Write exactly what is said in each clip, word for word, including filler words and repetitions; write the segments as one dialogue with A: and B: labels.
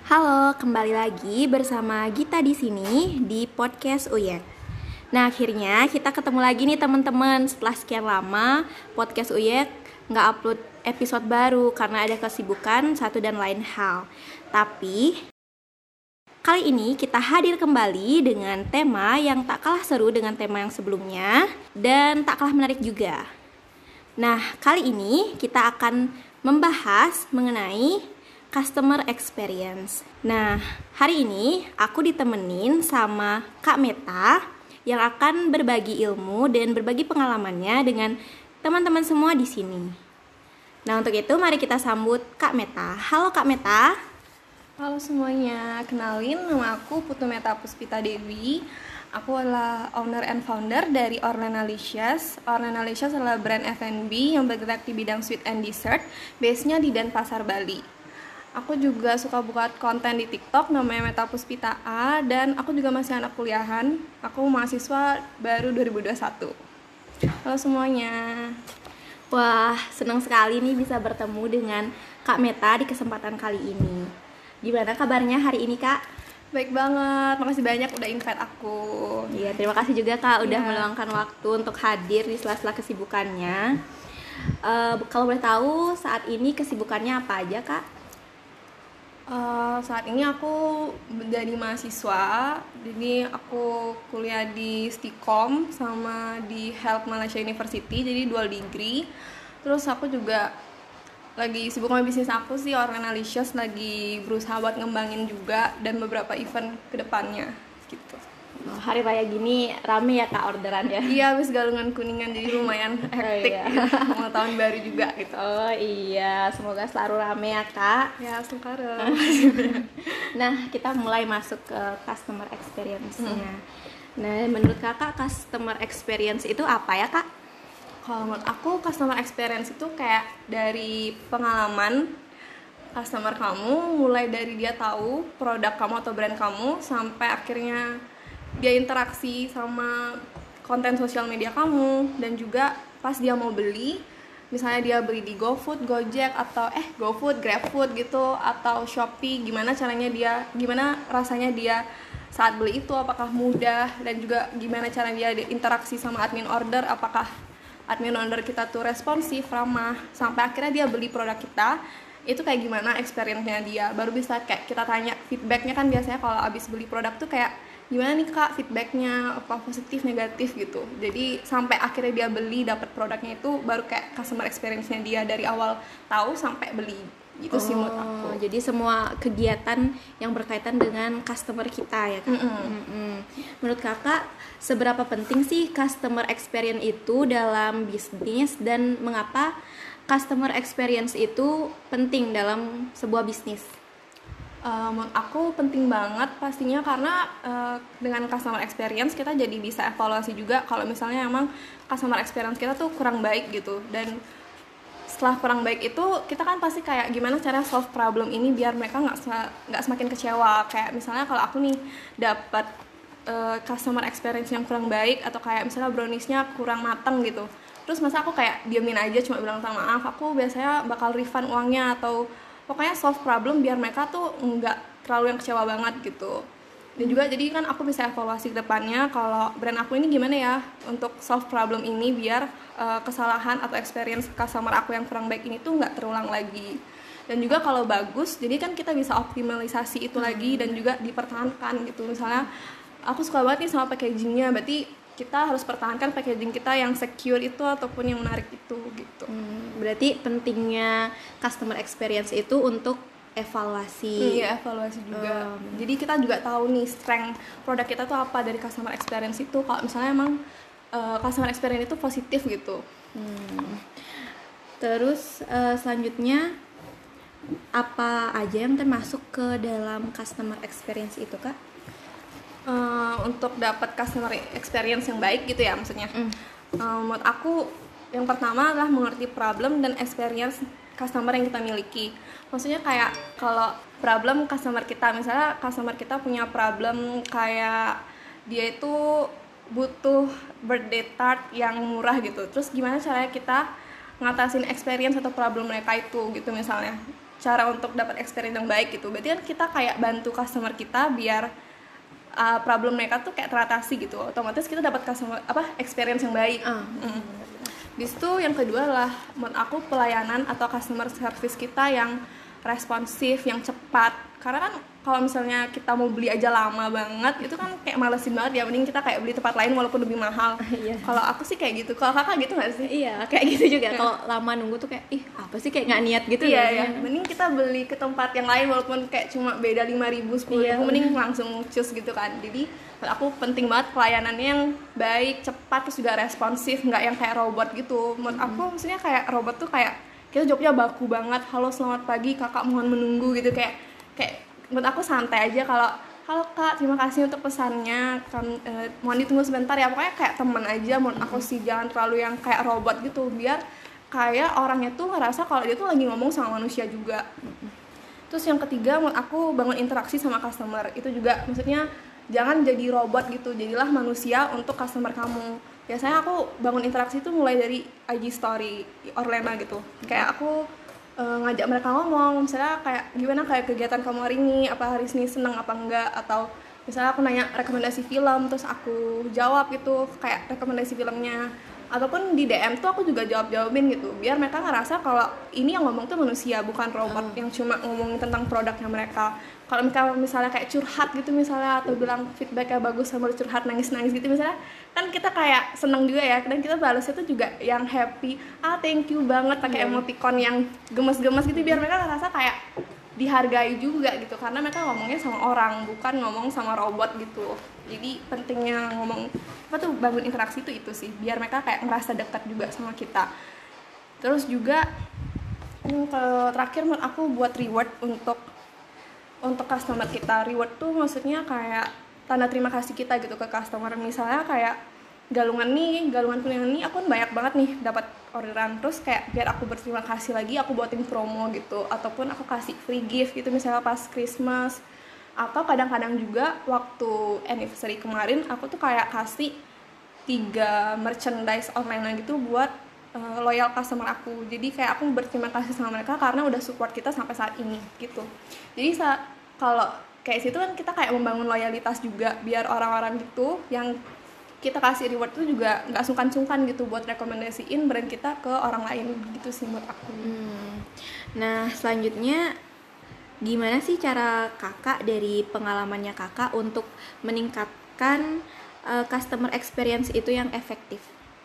A: Halo, kembali lagi bersama Gita di sini di podcast Uyek. Nah, akhirnya kita ketemu lagi nih teman-teman. Setelah sekian lama podcast Uyek nggak upload episode baru karena ada kesibukan satu dan lain hal. Tapi kali ini kita hadir kembali dengan tema yang tak kalah seru dengan tema yang sebelumnya dan tak kalah menarik juga. Nah, kali ini kita akan membahas mengenai customer experience. Nah, hari ini aku ditemenin sama Kak Meta yang akan berbagi ilmu dan berbagi pengalamannya dengan teman-teman semua di sini. Nah, untuk itu mari kita sambut Kak Meta. Halo Kak Meta.
B: Halo semuanya, kenalin nama aku Putu Meta Puspita Dewi. Aku adalah owner and founder dari Ornanalicious. Ornanalicious adalah brand F and B yang bergerak di bidang sweet and dessert, base-nya di Denpasar, Bali. Aku juga suka buat konten di TikTok namanya Meta Puspita A, dan aku juga masih anak kuliahan. Aku mahasiswa baru dua ribu dua puluh satu. Halo semuanya.
A: Wah, senang sekali nih bisa bertemu dengan Kak Meta di kesempatan kali ini. Gimana kabarnya hari ini, Kak?
B: Baik banget, makasih banyak udah invite aku.
A: Iya, terima kasih juga Kak udah
B: Ya.
A: meluangkan waktu untuk hadir di sela-sela kesibukannya. Uh, kalau boleh tahu saat ini kesibukannya apa aja, Kak?
B: Uh, saat ini aku menjadi mahasiswa, jadi aku kuliah di Stikom sama di Health Malaysia University, jadi dual degree. Terus aku juga lagi sibuk sama bisnis aku sih, Ornanalicious, lagi berusaha buat ngembangin juga dan beberapa event kedepannya gitu.
A: Hari raya gini rame ya Kak orderan ya?
B: Iya, habis Galungan Kuningan jadi lumayan hektik.
A: Oh, iya.
B: Mau tahun baru juga gitu.
A: Oh iya, semoga selalu rame ya Kak.
B: Ya, sungkarem.
A: Nah, kita mulai masuk ke customer experience-nya.
B: Hmm.
A: Nah, menurut Kakak customer experience itu apa ya Kak?
B: Kalau menurut aku customer experience itu kayak dari pengalaman customer kamu, mulai dari dia tahu produk kamu atau brand kamu sampai akhirnya dia interaksi sama konten sosial media kamu, dan juga pas dia mau beli, misalnya dia beli di GoFood, Gojek, atau eh GoFood, GrabFood gitu, atau Shopee, gimana caranya dia, gimana rasanya dia saat beli itu, apakah mudah, dan juga gimana cara dia interaksi sama admin order, apakah admin order kita tuh responsif, ramah, sampai akhirnya dia beli produk kita. Itu kayak gimana experience-nya dia, baru bisa kayak kita tanya feedback-nya. Kan biasanya kalau abis beli produk tuh kayak gimana nih Kak feedback-nya, apa positif, negatif gitu. Jadi sampai akhirnya dia beli, dapat produknya, itu baru kayak customer experience-nya dia dari awal tahu sampai beli gitu.
A: Oh,
B: sih menurut aku.
A: Jadi semua kegiatan yang berkaitan dengan customer kita ya Kak.
B: Mm-mm.
A: Mm-mm. Menurut Kakak seberapa penting sih customer experience itu dalam bisnis, dan mengapa customer experience itu penting dalam sebuah bisnis?
B: Uh, menurut aku penting banget pastinya, karena uh, dengan customer experience kita jadi bisa evaluasi juga kalau misalnya emang customer experience kita tuh kurang baik gitu. Dan setelah kurang baik itu kita kan pasti kayak gimana cara solve problem ini biar mereka nggak nggak semakin kecewa. Kayak misalnya kalau aku nih dapat uh, customer experience yang kurang baik, atau kayak misalnya browniesnya kurang mateng gitu, terus masa aku kayak diamin aja cuma bilang sama maaf, aku biasanya bakal refund uangnya, atau pokoknya solve problem biar mereka tuh nggak terlalu yang kecewa banget gitu. Dan juga jadi kan aku bisa evaluasi ke depannya kalau brand aku ini gimana ya untuk solve problem ini biar uh, kesalahan atau experience customer aku yang kurang baik ini tuh nggak terulang lagi. Dan juga kalau bagus, jadi kan kita bisa optimalisasi itu lagi dan juga dipertahankan gitu. Misalnya aku suka banget nih sama packagingnya, berarti kita harus pertahankan packaging kita yang secure itu ataupun yang menarik itu gitu.
A: Hmm, berarti pentingnya customer experience itu untuk evaluasi.
B: Iya, evaluasi juga.
A: Um,
B: Jadi kita juga tahu nih strength produk kita tuh apa dari customer experience itu. Kalau misalnya emang uh, customer experience itu positif gitu.
A: Hmm. Terus uh, selanjutnya apa aja yang termasuk ke dalam customer experience itu Kak?
B: Uh, untuk dapat customer experience yang baik gitu ya maksudnya.
A: Mm.
B: Uh, menurut aku yang pertama adalah mengerti problem dan experience customer yang kita miliki. Maksudnya kayak kalau problem customer kita, misalnya customer kita punya problem kayak dia itu butuh birthday tart yang murah gitu. Terus gimana caranya kita ngatasin experience atau problem mereka itu gitu misalnya. cara untuk dapat experience yang baik gitu. Berarti kan kita kayak bantu customer kita biar uh, problem mereka tuh kayak teratasi gitu. Otomatis kita dapat customer apa experience yang baik.
A: Uh.
B: Mm. Di situ yang kedua lah menurut aku pelayanan atau customer service kita yang responsif, yang cepat. Karena kan kalau misalnya kita mau beli aja lama banget, itu kan kayak malesin banget ya, mending kita kayak beli tempat lain walaupun lebih mahal.
A: Iya.
B: Kalau aku sih kayak gitu, kalau kakak gitu nggak sih?
A: Iya, kayak gitu juga. Kalau lama nunggu tuh kayak, ih apa sih, kayak nggak niat gitu.
B: Iya, iya. Mending kita beli ke tempat yang lain walaupun kayak cuma beda lima ribu, sepuluh ribu, iya. Mending langsung cus gitu kan. Jadi menurut aku penting banget pelayanannya yang baik, cepat, terus juga responsif, nggak yang kayak robot gitu. Menurut aku hmm. maksudnya kayak robot tuh kayak kita jawabnya baku banget, halo selamat pagi kakak mohon menunggu gitu, kayak kayak menurut aku santai aja kalau halo kak terima kasih untuk pesannya kan, eh, mohon ditunggu sebentar ya, pokoknya kayak teman aja menurut aku sih, jangan terlalu yang kayak robot gitu, biar kayak orangnya tuh ngerasa kalau dia tuh lagi ngomong sama manusia juga. Terus yang ketiga menurut aku bangun interaksi sama customer, itu juga maksudnya jangan jadi robot gitu, jadilah manusia untuk customer kamu. Biasanya aku bangun interaksi tuh mulai dari I G story Orlena gitu, kayak aku Uh, ngajak mereka ngomong, misalnya kayak gimana kayak kegiatan kamu hari ini, apa hari ini seneng apa enggak, atau misalnya aku nanya rekomendasi film terus aku jawab gitu kayak rekomendasi filmnya, ataupun di D M tuh aku juga jawab-jawabin gitu, biar mereka ngerasa kalau ini yang ngomong tuh manusia bukan robot hmm. yang cuma ngomongin tentang produknya mereka. Kalau mereka misalnya kayak curhat gitu misalnya, atau bilang feedbacknya bagus sama curhat nangis-nangis gitu misalnya, kan kita kayak seneng juga ya, dan kita balasnya tuh juga yang happy, ah thank you banget pakai yeah. emoticon yang gemes-gemes gitu, biar mereka ngerasa kayak dihargai juga gitu, karena mereka ngomongnya sama orang bukan ngomong sama robot gitu. Jadi pentingnya ngomong apa tuh bangun interaksi itu itu sih, biar mereka kayak ngerasa dekat juga sama kita. Terus juga hmm, kalau terakhir menurut aku buat reward untuk untuk customer kita. Reward tuh maksudnya kayak tanda terima kasih kita gitu ke customer. Misalnya kayak galungan nih, galungan kuningan nih aku kan banyak banget nih dapat orderan, terus kayak biar aku berterima kasih lagi aku buatin promo gitu, ataupun aku kasih free gift gitu misalnya pas Christmas. Atau kadang-kadang juga waktu anniversary kemarin aku tuh kayak kasih tiga merchandise online gitu buat uh, loyal customer aku. Jadi kayak aku berterima kasih sama mereka karena udah support kita sampai saat ini gitu. Jadi sa- kalau kayak situ kan kita kayak membangun loyalitas juga, biar orang-orang gitu yang kita kasih reward tuh juga nggak sungkan-sungkan gitu buat rekomendasiin brand kita ke orang lain gitu sih menurut aku.
A: Hmm. Nah selanjutnya gimana sih cara kakak dari pengalamannya kakak untuk meningkatkan uh, customer experience itu yang efektif?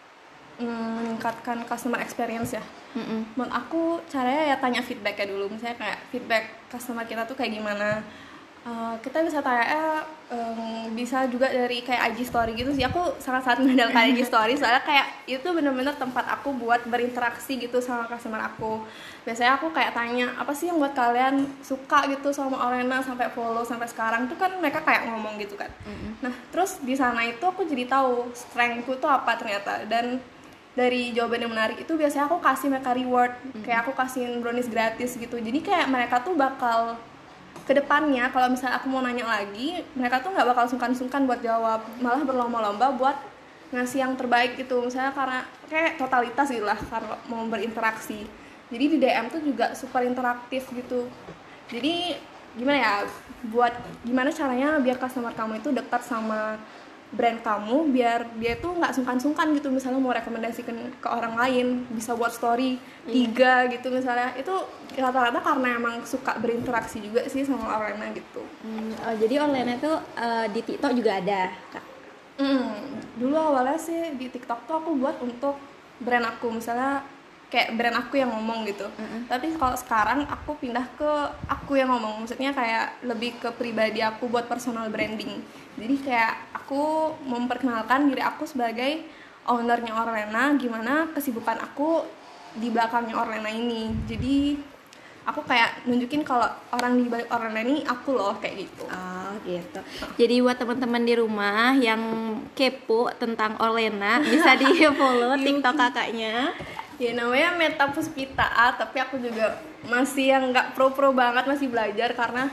B: Hmm, meningkatkan customer experience ya.
A: Mm-mm.
B: Menurut aku caranya ya tanya feedbacknya dulu, misalnya kayak feedback customer kita tuh kayak gimana. Uh, kita bisa tanya, eh, um, bisa juga dari kayak I G story gitu sih. Aku sangat-sangat mengandalkan I G story soalnya kayak itu benar-benar tempat aku buat berinteraksi gitu sama customer aku. Biasanya aku kayak tanya apa sih yang buat kalian suka gitu sama Orlena sampai follow sampai sekarang tuh, kan mereka kayak ngomong gitu kan. Mm-hmm. Nah terus di sana itu aku jadi tahu strengthku tuh apa ternyata, dan dari jawaban yang menarik itu biasanya aku kasih mereka reward, mm-hmm. kayak aku kasihin brownies gratis gitu. Jadi kayak mereka tuh bakal kedepannya kalau misalnya aku mau nanya lagi, mereka tuh nggak bakal sungkan-sungkan buat jawab, malah berlomba-lomba buat ngasih yang terbaik gitu. Misalnya karena kayak totalitas gitu lah kalau mau berinteraksi. Jadi di D M tuh juga super interaktif gitu. Jadi gimana ya, buat gimana caranya biar customer kamu itu dekat sama brand kamu, biar dia tuh nggak sungkan-sungkan gitu, misalnya mau rekomendasikan ke orang lain, bisa buat story tiga hmm. gitu misalnya. Itu rata-rata karena emang suka berinteraksi juga sih sama Orlena gitu.
A: Hmm, oh, jadi Orlena tuh uh, di TikTok juga ada, Kak?
B: Hmm, dulu awalnya sih di TikTok tuh aku buat untuk brand aku, misalnya kayak brand aku yang ngomong gitu. Mm-hmm. Tapi kalau sekarang aku pindah ke aku yang ngomong, maksudnya kayak lebih ke pribadi aku buat personal branding. Jadi kayak aku memperkenalkan diri aku sebagai ownernya Orlena, gimana kesibukan aku di belakangnya Orlena ini. Jadi aku kayak nunjukin kalau orang di balik Orlena ini aku loh, kayak gitu.
A: Oh gitu. Oh. Jadi buat teman-teman di rumah yang kepo tentang Orlena bisa di follow TikTok kakaknya.
B: Ya namanya Meta Puspita, tapi aku juga masih yang nggak pro-pro banget, masih belajar karena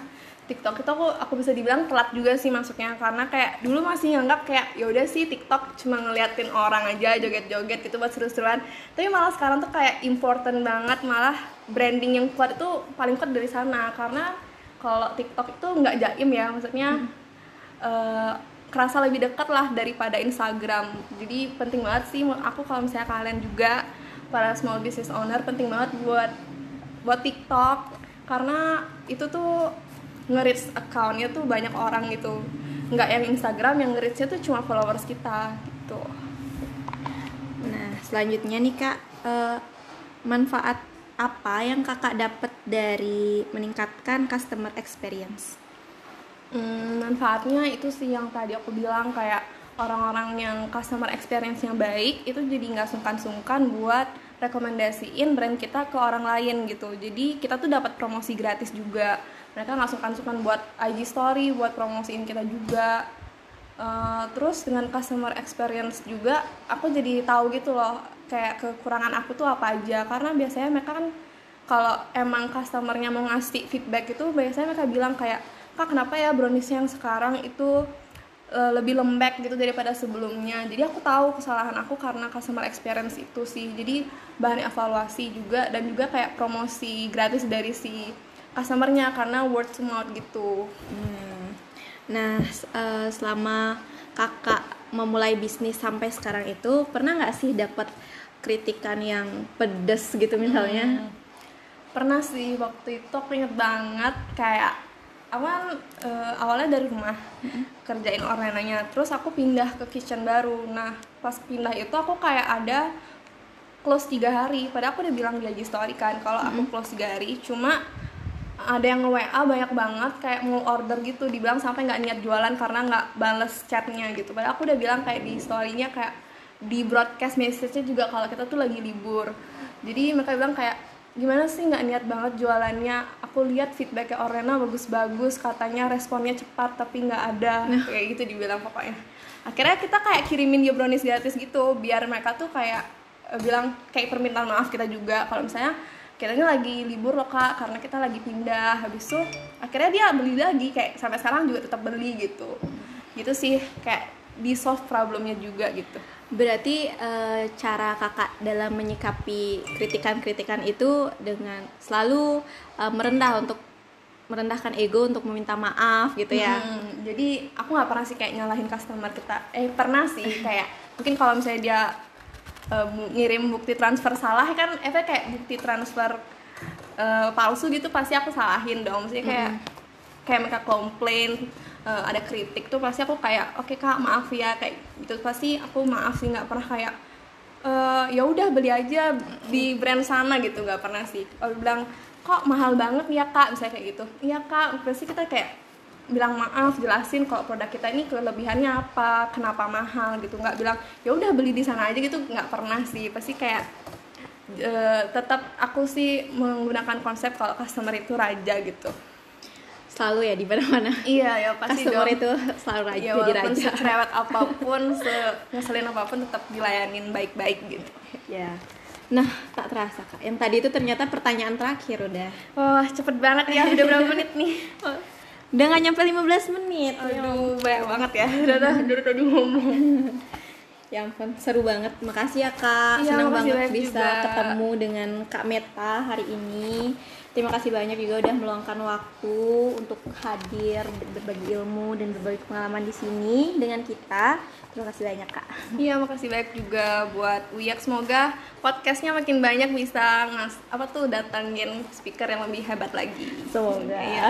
B: TikTok itu aku aku bisa dibilang telat juga sih masuknya, karena kayak dulu masih nganggap kayak ya udah sih TikTok cuma ngeliatin orang aja joget-joget gitu buat seru-seruan, tapi malah sekarang tuh kayak important banget, malah branding yang kuat itu paling kuat dari sana. Karena kalau TikTok itu nggak jaim ya, maksudnya hmm. uh, kerasa lebih dekat lah daripada Instagram. Jadi penting banget sih aku kalau misalnya kalian juga para small business owner, penting banget buat buat TikTok, karena itu tuh nge-reach account-nya tuh banyak orang gitu, nggak yang Instagram yang nge-reach-nya tuh cuma followers kita gitu.
A: Nah selanjutnya nih kak, uh, manfaat apa yang kakak dapat dari meningkatkan customer experience?
B: Hmm, manfaatnya itu sih yang tadi aku bilang, kayak orang-orang yang customer experience-nya baik itu jadi nggak sungkan-sungkan buat rekomendasiin brand kita ke orang lain gitu. Jadi kita tuh dapat promosi gratis juga. Mereka nggak sungkan-sungkan buat I G story, buat promosiin kita juga. Uh, terus dengan customer experience juga, aku jadi tahu gitu loh, kayak kekurangan aku tuh apa aja. Karena biasanya mereka kan kalau emang customernya mau ngasih feedback itu, biasanya mereka bilang kayak, kak kenapa ya brownies yang sekarang itu uh, lebih lembek gitu daripada sebelumnya. Jadi aku tahu kesalahan aku karena customer experience itu sih. Jadi bahan evaluasi juga, dan juga kayak promosi gratis dari si customernya karena word to mouth gitu.
A: Hmm. Nah, uh, selama kakak memulai bisnis sampai sekarang itu, pernah nggak sih dapat kritikan yang pedes gitu misalnya?
B: Hmm. Pernah sih, waktu itu aku inget banget, kayak awal uh, awalnya dari rumah hmm. kerjain ordenanya, terus aku pindah ke kitchen baru. Nah, pas pindah itu aku kayak ada close tiga hari, padahal aku udah bilang di I G story kan kalau hmm. aku close tiga hari, cuma ada yang nge-W A banyak banget kayak mau order gitu, dibilang sampai nggak niat jualan karena nggak bales chatnya gitu. Padahal aku udah bilang kayak di story-nya, kayak di broadcast message-nya juga kalau kita tuh lagi libur. Jadi mereka bilang kayak, gimana sih nggak niat banget jualannya, aku lihat feedback-nya Orena bagus-bagus, katanya responnya cepat tapi nggak ada. Nah. Kayak gitu dibilang pokoknya. Akhirnya kita kayak kirimin dia brownies gratis gitu, biar mereka tuh kayak uh, bilang kayak permintaan maaf kita juga kalau misalnya kita ini lagi libur loh kak, karena kita lagi pindah. Habis itu akhirnya dia beli lagi, kayak sampai sekarang juga tetap beli gitu. Gitu sih, kayak di solve problemnya juga gitu.
A: Berarti e, cara kakak dalam menyikapi kritikan-kritikan itu dengan selalu e, merendah untuk merendahkan ego untuk meminta maaf gitu ya.
B: Hmm, jadi aku nggak pernah sih kayak nyalahin customer kita. Eh pernah sih kayak mungkin kalau misalnya dia Uh, ngirim bukti transfer salah kan, efek kayak bukti transfer uh, palsu gitu, pasti aku salahin dong. Maksudnya kayak mm-hmm. kayak mereka komplain, uh, ada kritik tuh pasti aku kayak oke okay, kak maaf ya, kayak gitu pasti aku maaf sih, nggak pernah kayak uh, ya udah beli aja di brand sana gitu, nggak pernah sih. Kalau bilang kok mahal banget ya kak, misalnya kayak gitu, iya kak, pasti kita kayak bilang maaf, jelasin kalau produk kita ini kelebihannya apa, kenapa mahal gitu. Nggak bilang ya udah beli di sana aja gitu, nggak pernah sih. Pasti kayak e, tetap aku sih menggunakan konsep kalau customer itu raja gitu.
A: Selalu ya di mana-mana.
B: Iya ya pasti
A: customer
B: dong.
A: Itu selalu raja,
B: ya,
A: jadi raja.
B: Secerewet apapun, ngeselin apapun tetap dilayanin baik-baik gitu.
A: Ya. Nah, tak terasa kak. Yang tadi itu ternyata pertanyaan terakhir udah.
B: Wah, cepet banget ya. Udah berapa menit nih?
A: Udah gak nyampe lima belas menit.
B: Aduh, banyak banget ya. Udah udah udah udah ngomong.
A: Ya ampun, seru banget. Makasih ya kak.
B: Iya,
A: senang banget bisa
B: juga.
A: ketemu dengan Kak Meta hari ini. Terima kasih banyak juga udah meluangkan waktu untuk hadir, berbagi ilmu dan berbagi pengalaman di sini dengan kita. Terima kasih banyak kak.
B: Iya, makasih banyak juga buat Uyak. Semoga podcastnya makin banyak bisa ngas apa tuh datangin speaker yang lebih hebat lagi.
A: Semoga. Iya.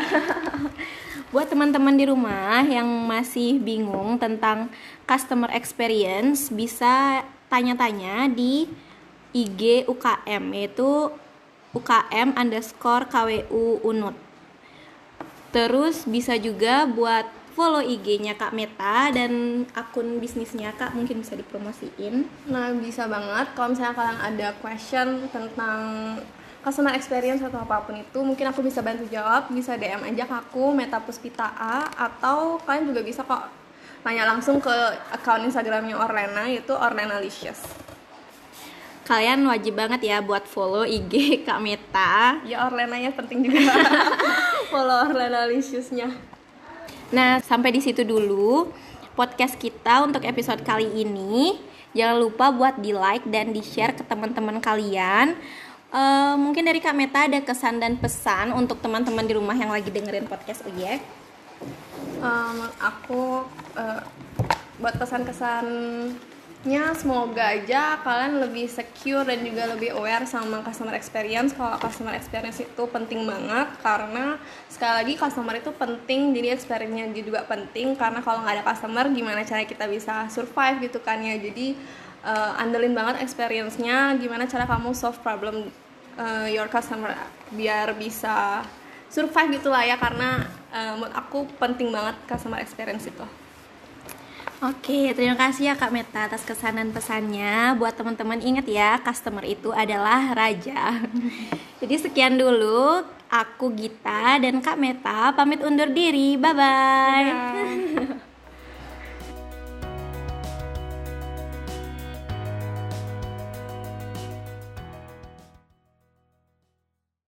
A: Buat teman-teman di rumah yang masih bingung tentang customer experience, bisa tanya-tanya di I G U K M, yaitu U K M underscore K W U Unut. Terus bisa juga buat follow I G-nya Kak Meta dan akun bisnisnya Kak, mungkin bisa dipromosiin.
B: Nah, bisa banget. Kalau misalnya kalian ada question tentang customer experience atau apapun itu, mungkin aku bisa bantu jawab. Bisa D M aja ke aku, Meta Puspita A, atau kalian juga bisa kok tanya langsung ke akun Instagramnya Orlena, yaitu Orlenalicious.
A: Kalian wajib banget ya buat follow I G Kak Meta.
B: Ya, Orlenanya penting juga. follower analysisnya.
A: Nah, sampai di situ dulu podcast kita untuk episode kali ini. Jangan lupa buat di-like dan di-share ke teman-teman kalian. Uh, mungkin dari Kak Meta ada kesan dan pesan untuk teman-teman di rumah yang lagi dengerin podcast Uyek.
B: Um, aku uh, buat pesan-kesannya semoga aja kalian lebih secure dan juga lebih aware sama customer experience. Kalau customer experience itu penting banget, karena sekali lagi customer itu penting, jadi experience-nya juga penting, karena kalau nggak ada customer gimana cara kita bisa survive gitu kan ya. Jadi uh, andelin banget experience-nya, gimana cara kamu solve problem uh, your customer biar bisa survive gitulah ya, karena uh, menurut aku penting banget customer experience itu.
A: Oke, terima kasih ya Kak Meta atas kesan dan pesannya. Buat teman-teman ingat ya, customer itu adalah raja. Jadi sekian dulu, aku Gita dan Kak Meta pamit undur diri. Bye-bye.
B: Bye.